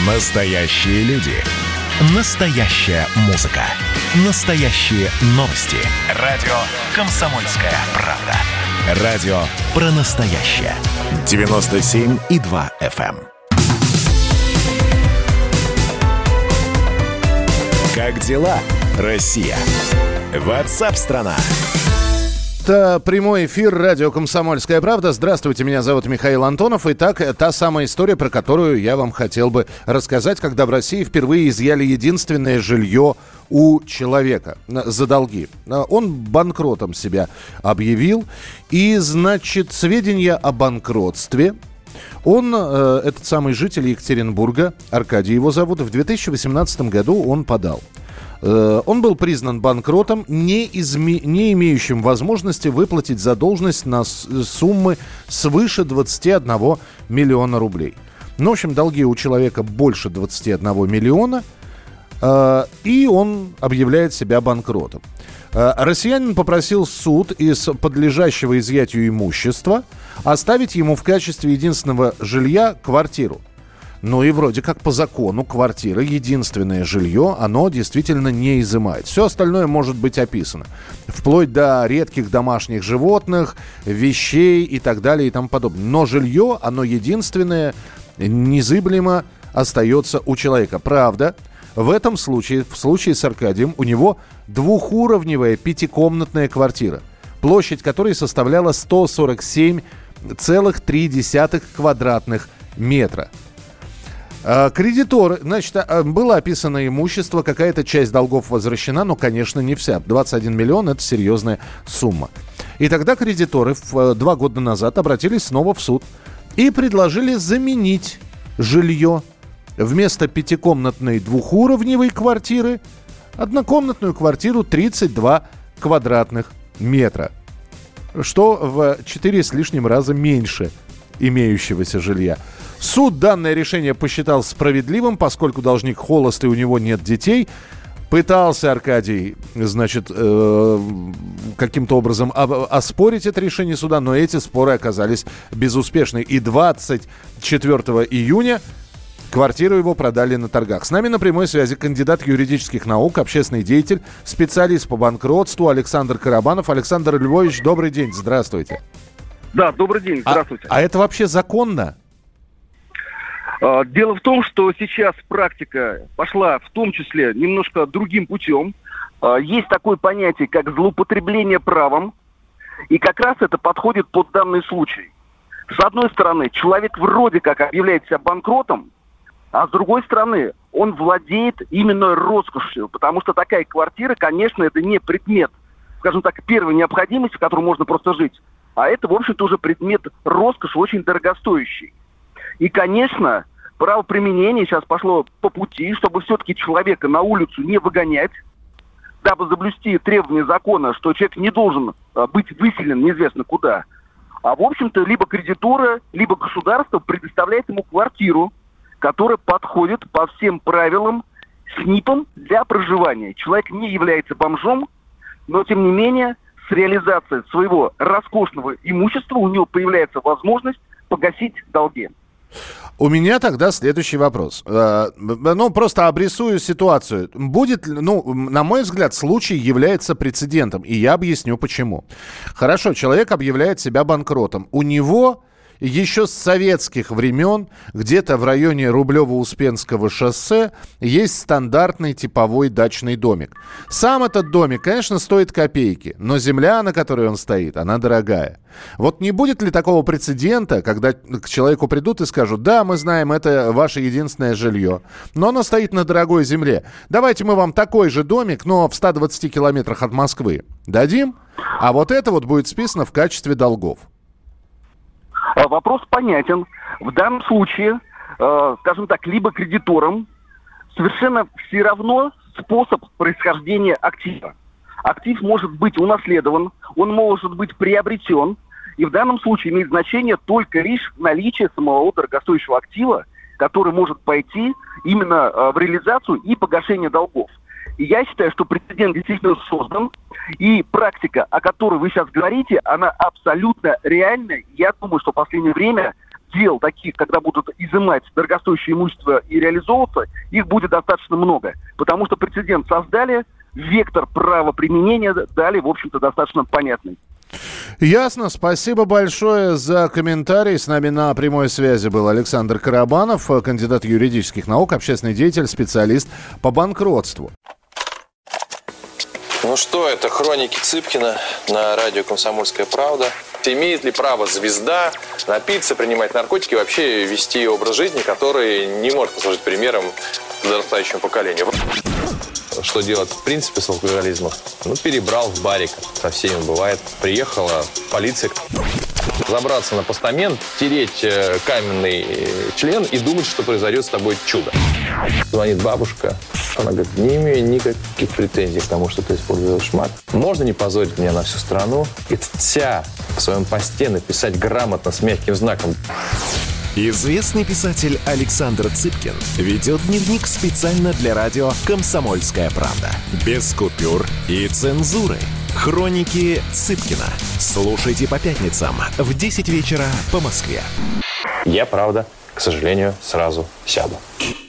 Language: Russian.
Настоящие люди. Настоящая музыка. Настоящие новости. Радио «Комсомольская правда». Радио про настоящее. 97,2 FM. Как дела, Россия? WhatsApp-страна. Это прямой эфир радио «Комсомольская правда». Здравствуйте, меня зовут Михаил Антонов. Итак, та самая история, про которую я вам хотел бы рассказать, когда в России впервые изъяли единственное жилье у человека за долги. Он банкротом себя объявил. И, значит, сведения о банкротстве. Он, этот самый житель Екатеринбурга, Аркадий его зовут, в 2018 году он подал. Он был признан банкротом, не имеющим возможности выплатить задолженность на суммы свыше 21 миллиона рублей. Ну, в общем, долги у человека больше 21 миллиона, и он объявляет себя банкротом. Россиянин попросил суд из подлежащего изъятию имущества оставить ему в качестве единственного жилья квартиру. Ну и вроде как по закону квартира, единственное жилье, оно действительно не изымает. Все остальное может быть описано. Вплоть до редких домашних животных, вещей и так далее и тому подобное. Но жилье, оно единственное, незыблемо остается у человека. Правда, в этом случае, в случае с Аркадием, у него двухуровневая пятикомнатная квартира, площадь которой составляла 147,3 квадратных метра. Кредиторы, значит, было описано имущество, какая-то часть долгов возвращена, но, конечно, не вся. 21 миллион – это серьезная сумма. И тогда кредиторы 2 года назад обратились снова в суд и предложили заменить жилье. Вместо пятикомнатной двухуровневой квартиры однокомнатную квартиру 32 квадратных метра, что в 4 с лишним раза меньше имеющегося жилья. Суд данное решение посчитал справедливым, поскольку должник холост и у него нет детей. Пытался Аркадий, значит, каким-то образом оспорить это решение суда, но эти споры оказались безуспешны. И 24 июня квартиру его продали на торгах. С нами на прямой связи кандидат юридических наук, общественный деятель, специалист по банкротству Александр Карабанов. Александр Львович, добрый день, здравствуйте. Да, добрый день, здравствуйте. А это вообще законно? Дело в том, что сейчас практика пошла в том числе немножко другим путем. Есть такое понятие, как злоупотребление правом, и как раз это подходит под данный случай. С одной стороны, человек вроде как объявляет себя банкротом, а с другой стороны, он владеет именно роскошью, потому что такая квартира, конечно, это не предмет, скажем так, первой необходимости, в которой можно просто жить, а это, в общем-то, уже предмет роскоши, очень дорогостоящий. И, конечно, правоприменение сейчас пошло по пути, чтобы все-таки человека на улицу не выгонять, дабы соблюсти требования закона, что человек не должен быть выселен неизвестно куда. А, в общем-то, либо кредиторы, либо государство предоставляет ему квартиру, которая подходит по всем правилам СНИПам для проживания. Человек не является бомжом, но, тем не менее, с реализацией своего роскошного имущества у него появляется возможность погасить долги. У меня тогда следующий вопрос. Просто обрисую ситуацию. Будет, на мой взгляд, случай является прецедентом, и я объясню почему. Хорошо, человек объявляет себя банкротом. У него еще с советских времен где-то в районе Рублево-Успенского шоссе есть стандартный типовой дачный домик. Сам этот домик, конечно, стоит копейки, но земля, на которой он стоит, она дорогая. Вот не будет ли такого прецедента, когда к человеку придут и скажут: да, мы знаем, это ваше единственное жилье, но оно стоит на дорогой земле. Давайте мы вам такой же домик, но в 120 километрах от Москвы дадим, а вот это вот будет списано в качестве долгов. Вопрос понятен. В данном случае, скажем так, либо кредиторам совершенно все равно способ происхождения актива. Актив может быть унаследован, он может быть приобретен, и в данном случае имеет значение только лишь наличие самого дорогостоящего актива, который может пойти именно в реализацию и погашение долгов. И я считаю, что прецедент действительно создан, и практика, о которой вы сейчас говорите, она абсолютно реальная. Я думаю, что в последнее время дел таких, когда будут изымать дорогостоящее имущество и реализовываться, их будет достаточно много. Потому что прецедент создали, вектор правоприменения дали, в общем-то, достаточно понятный. Ясно. Спасибо большое за комментарий. С нами на прямой связи был Александр Карабанов, кандидат юридических наук, общественный деятель, специалист по банкротству. Ну что, это хроники Цыпкина на радио «Комсомольская правда». Имеет ли право звезда напиться, принимать наркотики и вообще вести образ жизни, который не может послужить примером подрастающему поколению? Что делать в принципе с алкоголизмом? Ну, перебрал в барик. Со всеми бывает. Приехала полиция. Забраться на постамент, тереть каменный член и думать, что произойдет с тобой чудо. Звонит бабушка. Она говорит, не имею никаких претензий к тому, что ты используешь мат. Можно не позорить меня на всю страну и вся в своем посте написать грамотно с мягким знаком. Известный писатель Александр Цыпкин ведет дневник специально для радио «Комсомольская правда». Без купюр и цензуры. Хроники Цыпкина. Слушайте по пятницам в 10 вечера по Москве. Я, правда, к сожалению, сразу сяду.